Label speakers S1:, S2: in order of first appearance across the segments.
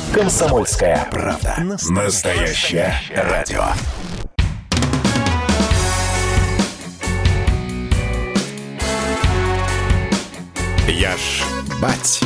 S1: «Комсомольская правда». Настоящее радио. Я ж бать.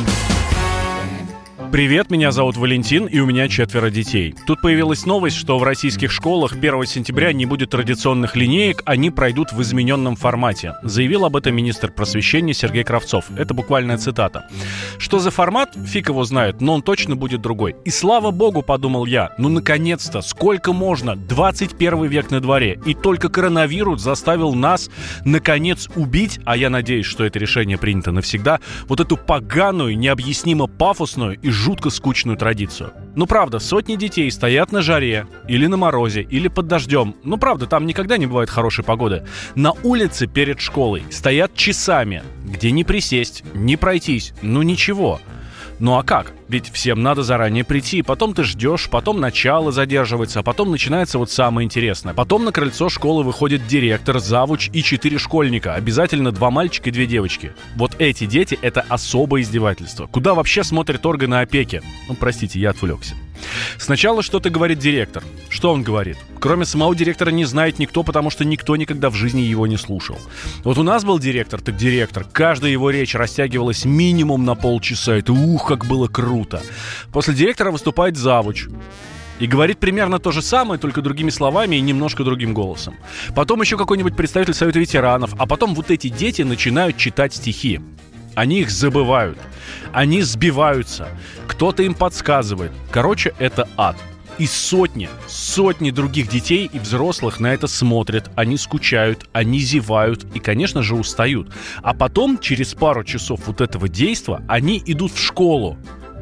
S2: Привет, меня зовут Валентин, и у меня 4 детей. Тут появилась новость, что в российских школах 1 сентября не будет традиционных линеек, они пройдут в измененном формате. Заявил об этом министр просвещения Сергей Кравцов. Это буквальная цитата. Что за формат, фиг его знает, но он точно будет другой. И слава богу, подумал я, ну наконец-то, сколько можно, 21 век на дворе, и только коронавирус заставил нас, наконец, убить, а я надеюсь, что это решение принято навсегда, вот эту поганую, необъяснимо пафосную и жутко скучную традицию. Ну правда, сотни детей стоят на жаре, или на морозе, или под дождем. Ну правда, там никогда не бывает хорошей погоды. На улице перед школой стоят часами, где не присесть, не пройтись, ну ничего. Ну а как? Ведь всем надо заранее прийти, потом ты ждешь, потом начало задерживается, а потом начинается вот самое интересное. Потом на крыльцо школы выходит директор, завуч и 4 школьника. Обязательно 2 мальчика и 2 девочки. Вот эти дети — это особое издевательство. Куда вообще смотрят органы опеки? Ну, простите, я отвлекся. Сначала что-то говорит директор. Что он говорит? Кроме самого директора не знает никто, потому что никто никогда в жизни его не слушал. Вот у нас был директор, так директор. Каждая его речь растягивалась минимум на полчаса. Это как было круто. После директора выступает завуч. И говорит примерно то же самое, только другими словами и немножко другим голосом. Потом еще какой-нибудь представитель Совета ветеранов. А потом вот эти дети начинают читать стихи. Они их забывают. Они сбиваются. Кто-то им подсказывает. Короче, это ад. И сотни других детей и взрослых на это смотрят. Они скучают, они зевают и, конечно же, устают. А потом, через пару часов вот этого действа, они идут в школу.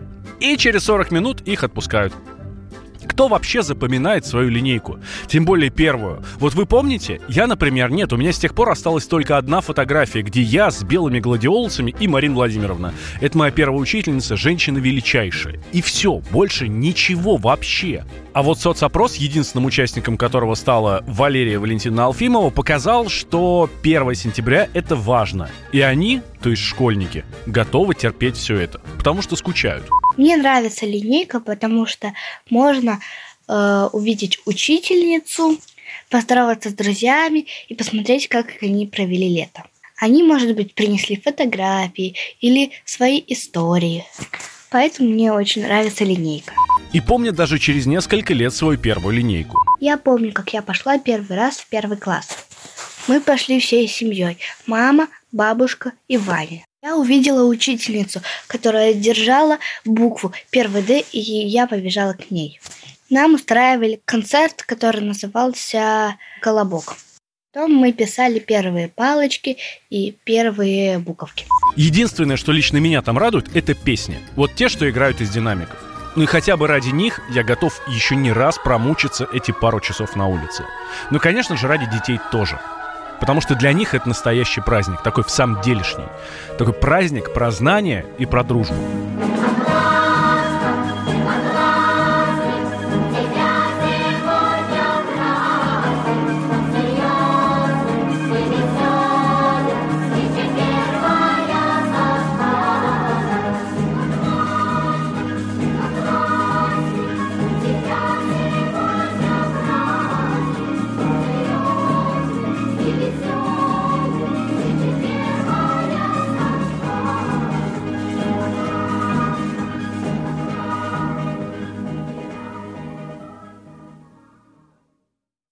S2: И через 40 минут их отпускают. Кто вообще запоминает свою линейку? Тем более первую. Вот вы помните? Я, например, нет. У меня с тех пор осталась только одна фотография, где я с белыми гладиолусами и Марина Владимировна. Это моя первая учительница, женщина величайшая. И все, больше ничего вообще. А вот соцопрос, единственным участником которого стала Валерия Валентиновна Алфимова, показал, что 1 сентября — это важно. И они, то есть школьники, готовы терпеть все это, потому что скучают.
S3: Мне нравится линейка, потому что можно увидеть учительницу, поздороваться с друзьями и посмотреть, как они провели лето. Они, может быть, принесли фотографии или свои истории. Поэтому мне очень нравится линейка.
S2: И помнят даже через несколько лет свою первую линейку.
S3: Я помню, как я пошла первый раз в 1 класс. Мы пошли всей семьей. Мама, бабушка и Ваня. Я увидела учительницу, которая держала букву 1 Д, и я побежала к ней. Нам устраивали концерт, который назывался «Колобок». Потом мы писали первые палочки и первые буковки.
S2: Единственное, что лично меня там радует, это песни. Вот те, что играют из динамиков. Ну и хотя бы ради них я готов еще не раз промучиться эти пару часов на улице. Ну, конечно же, ради детей тоже. Потому что для них это настоящий праздник, такой в самом делешний. Такой праздник про знания и про дружбу.